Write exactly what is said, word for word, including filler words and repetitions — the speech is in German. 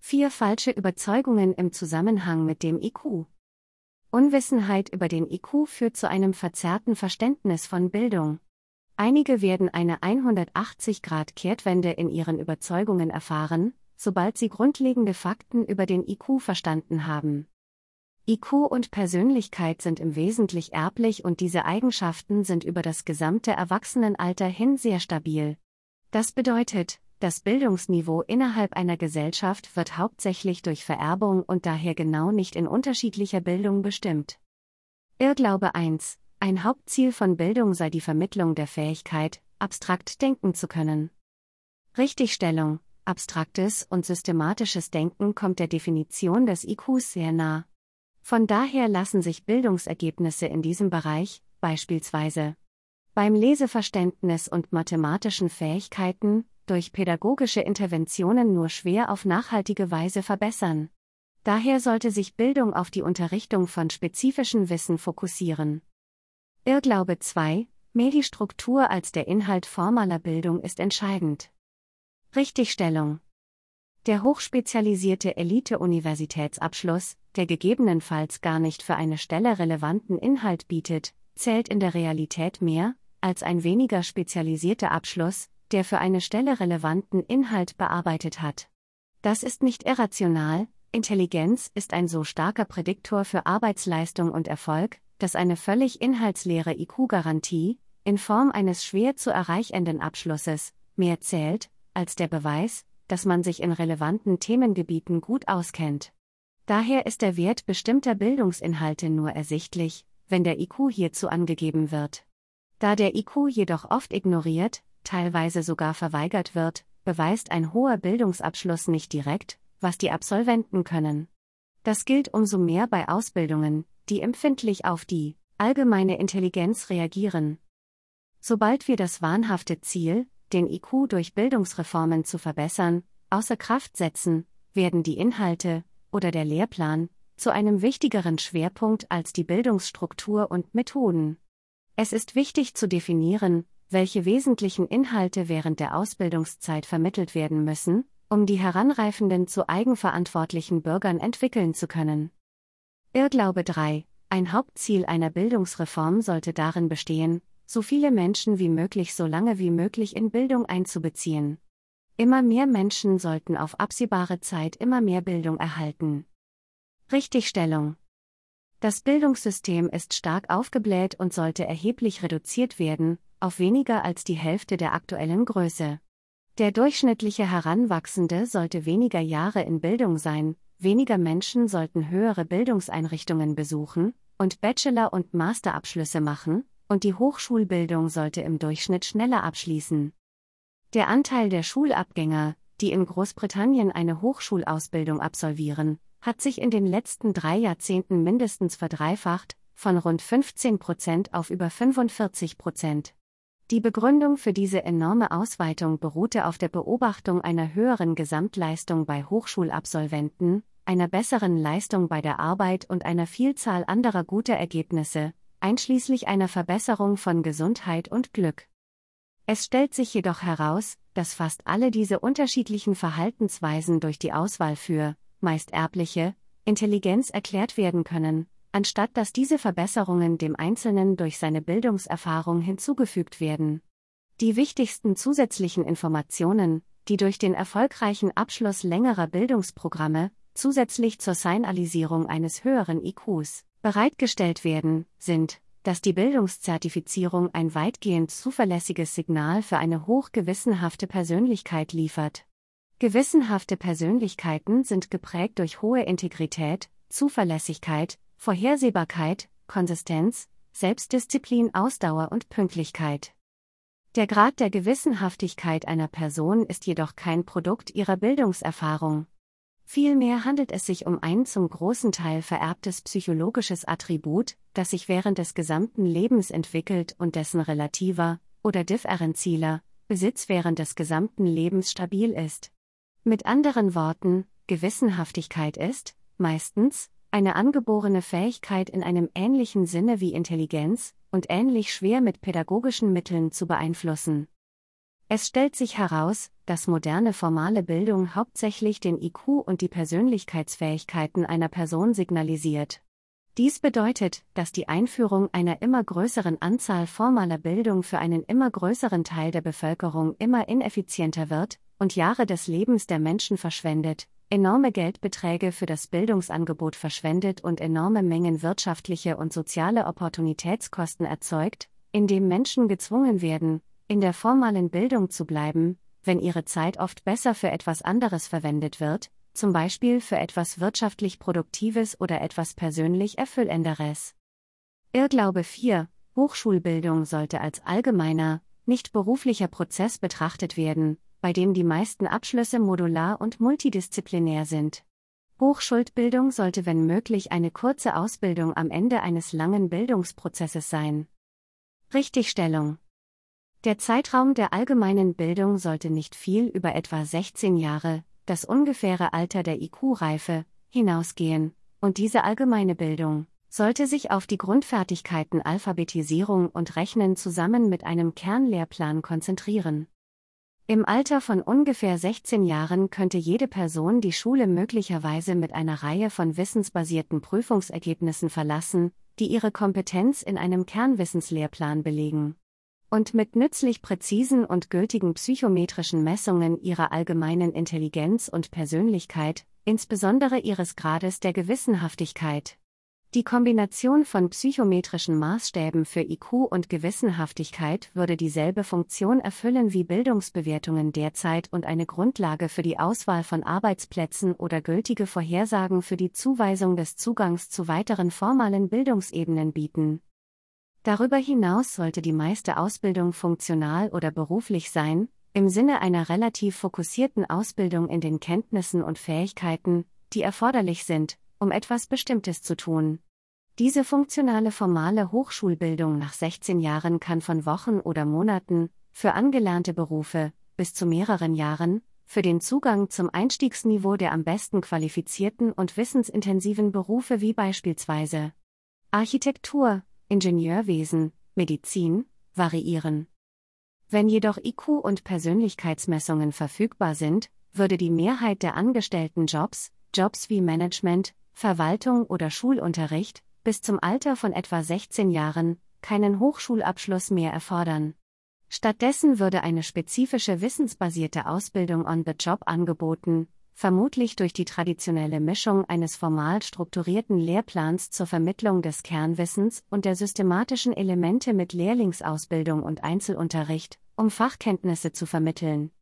Vier falsche Überzeugungen im Zusammenhang mit dem I Q. Unwissenheit über den I Q führt zu einem verzerrten Verständnis von Bildung. Einige werden eine hundertachtzig-Grad-Kehrtwende in ihren Überzeugungen erfahren, sobald sie grundlegende Fakten über den I Q verstanden haben. I Q und Persönlichkeit sind im Wesentlichen erblich und diese Eigenschaften sind über das gesamte Erwachsenenalter hin sehr stabil. Das bedeutet, das Bildungsniveau innerhalb einer Gesellschaft wird hauptsächlich durch Vererbung und daher genau nicht in unterschiedlicher Bildung bestimmt. Irrglaube eins: Ein Hauptziel von Bildung sei die Vermittlung der Fähigkeit, abstrakt denken zu können. Richtigstellung: Abstraktes und systematisches Denken kommt der Definition des I Qs sehr nah. Von daher lassen sich Bildungsergebnisse in diesem Bereich, beispielsweise beim Leseverständnis und mathematischen Fähigkeiten, durch pädagogische Interventionen nur schwer auf nachhaltige Weise verbessern. Daher sollte sich Bildung auf die Unterrichtung von spezifischem Wissen fokussieren. Irrglaube zwei: Mehr die Struktur als der Inhalt formaler Bildung ist entscheidend. Richtigstellung: Der hochspezialisierte Elite-Universitätsabschluss, der gegebenenfalls gar nicht für eine Stelle relevanten Inhalt bietet, zählt in der Realität mehr, als ein weniger spezialisierter Abschluss, der für eine Stelle relevanten Inhalt bearbeitet hat. Das ist nicht irrational, Intelligenz ist ein so starker Prädiktor für Arbeitsleistung und Erfolg, dass eine völlig inhaltsleere I Q-Garantie, in Form eines schwer zu erreichenden Abschlusses, mehr zählt, als der Beweis, dass man sich in relevanten Themengebieten gut auskennt. Daher ist der Wert bestimmter Bildungsinhalte nur ersichtlich, wenn der I Q hierzu angegeben wird. Da der I Q jedoch oft ignoriert, teilweise sogar verweigert wird, beweist ein hoher Bildungsabschluss nicht direkt, was die Absolventen können. Das gilt umso mehr bei Ausbildungen, die empfindlich auf die allgemeine Intelligenz reagieren. Sobald wir das wahnhafte Ziel, den I Q durch Bildungsreformen zu verbessern, außer Kraft setzen, werden die Inhalte oder der Lehrplan zu einem wichtigeren Schwerpunkt als die Bildungsstruktur und Methoden. Es ist wichtig zu definieren, welche wesentlichen Inhalte während der Ausbildungszeit vermittelt werden müssen, um die Heranreifenden zu eigenverantwortlichen Bürgern entwickeln zu können. Irrglaube drei: Ein Hauptziel einer Bildungsreform sollte darin bestehen, so viele Menschen wie möglich so lange wie möglich in Bildung einzubeziehen. Immer mehr Menschen sollten auf absehbare Zeit immer mehr Bildung erhalten. Richtigstellung: Das Bildungssystem ist stark aufgebläht und sollte erheblich reduziert werden, auf weniger als die Hälfte der aktuellen Größe. Der durchschnittliche Heranwachsende sollte weniger Jahre in Bildung sein, weniger Menschen sollten höhere Bildungseinrichtungen besuchen und Bachelor- und Masterabschlüsse machen, und die Hochschulbildung sollte im Durchschnitt schneller abschließen. Der Anteil der Schulabgänger, die in Großbritannien eine Hochschulausbildung absolvieren, hat sich in den letzten drei Jahrzehnten mindestens verdreifacht, von rund fünfzehn Prozent auf über fünfundvierzig Prozent. Die Begründung für diese enorme Ausweitung beruhte auf der Beobachtung einer höheren Gesamtleistung bei Hochschulabsolventen, einer besseren Leistung bei der Arbeit und einer Vielzahl anderer guter Ergebnisse, einschließlich einer Verbesserung von Gesundheit und Glück. Es stellt sich jedoch heraus, dass fast alle diese unterschiedlichen Verhaltensweisen durch die Auswahl für, meist erbliche, Intelligenz erklärt werden können, anstatt dass diese Verbesserungen dem Einzelnen durch seine Bildungserfahrung hinzugefügt werden. Die wichtigsten zusätzlichen Informationen, die durch den erfolgreichen Abschluss längerer Bildungsprogramme, zusätzlich zur Signalisierung eines höheren I Qs, bereitgestellt werden, sind, dass die Bildungszertifizierung ein weitgehend zuverlässiges Signal für eine hochgewissenhafte Persönlichkeit liefert. Gewissenhafte Persönlichkeiten sind geprägt durch hohe Integrität, Zuverlässigkeit, Vorhersehbarkeit, Konsistenz, Selbstdisziplin, Ausdauer und Pünktlichkeit. Der Grad der Gewissenhaftigkeit einer Person ist jedoch kein Produkt ihrer Bildungserfahrung. Vielmehr handelt es sich um ein zum großen Teil vererbtes psychologisches Attribut, das sich während des gesamten Lebens entwickelt und dessen relativer, oder differenzieller, Besitz während des gesamten Lebens stabil ist. Mit anderen Worten, Gewissenhaftigkeit ist, meistens, eine angeborene Fähigkeit in einem ähnlichen Sinne wie Intelligenz und ähnlich schwer mit pädagogischen Mitteln zu beeinflussen. Es stellt sich heraus, dass moderne formale Bildung hauptsächlich den I Q und die Persönlichkeitsfähigkeiten einer Person signalisiert. Dies bedeutet, dass die Einführung einer immer größeren Anzahl formaler Bildung für einen immer größeren Teil der Bevölkerung immer ineffizienter wird und Jahre des Lebens der Menschen verschwendet, enorme Geldbeträge für das Bildungsangebot verschwendet und enorme Mengen wirtschaftliche und soziale Opportunitätskosten erzeugt, indem Menschen gezwungen werden, in der formalen Bildung zu bleiben, wenn ihre Zeit oft besser für etwas anderes verwendet wird, zum Beispiel für etwas wirtschaftlich Produktives oder etwas persönlich Erfüllenderes. Irrglaube vier. Hochschulbildung sollte als allgemeiner, nicht beruflicher Prozess betrachtet werden, bei dem die meisten Abschlüsse modular und multidisziplinär sind. Hochschulbildung sollte wenn möglich eine kurze Ausbildung am Ende eines langen Bildungsprozesses sein. Richtigstellung. Der Zeitraum der allgemeinen Bildung sollte nicht viel über etwa sechzehn Jahre, das ungefähre Alter der I Q-Reife, hinausgehen, und diese allgemeine Bildung sollte sich auf die Grundfertigkeiten Alphabetisierung und Rechnen zusammen mit einem Kernlehrplan konzentrieren. Im Alter von ungefähr sechzehn Jahren könnte jede Person die Schule möglicherweise mit einer Reihe von wissensbasierten Prüfungsergebnissen verlassen, die ihre Kompetenz in einem Kernwissenslehrplan belegen. Und mit nützlich präzisen und gültigen psychometrischen Messungen ihrer allgemeinen Intelligenz und Persönlichkeit, insbesondere ihres Grades der Gewissenhaftigkeit. Die Kombination von psychometrischen Maßstäben für I Q und Gewissenhaftigkeit würde dieselbe Funktion erfüllen wie Bildungsbewertungen derzeit und eine Grundlage für die Auswahl von Arbeitsplätzen oder gültige Vorhersagen für die Zuweisung des Zugangs zu weiteren formalen Bildungsebenen bieten. Darüber hinaus sollte die meiste Ausbildung funktional oder beruflich sein, im Sinne einer relativ fokussierten Ausbildung in den Kenntnissen und Fähigkeiten, die erforderlich sind, um etwas Bestimmtes zu tun. Diese funktionale formale Hochschulbildung nach sechzehn Jahren kann von Wochen oder Monaten, für angelernte Berufe, bis zu mehreren Jahren, für den Zugang zum Einstiegsniveau der am besten qualifizierten und wissensintensiven Berufe wie beispielsweise Architektur, Ingenieurwesen, Medizin, variieren. Wenn jedoch I Q- und Persönlichkeitsmessungen verfügbar sind, würde die Mehrheit der angestellten Jobs, Jobs wie Management, Verwaltung oder Schulunterricht, bis zum Alter von etwa sechzehn Jahren, keinen Hochschulabschluss mehr erfordern. Stattdessen würde eine spezifische wissensbasierte Ausbildung on the Job angeboten, vermutlich durch die traditionelle Mischung eines formal strukturierten Lehrplans zur Vermittlung des Kernwissens und der systematischen Elemente mit Lehrlingsausbildung und Einzelunterricht, um Fachkenntnisse zu vermitteln,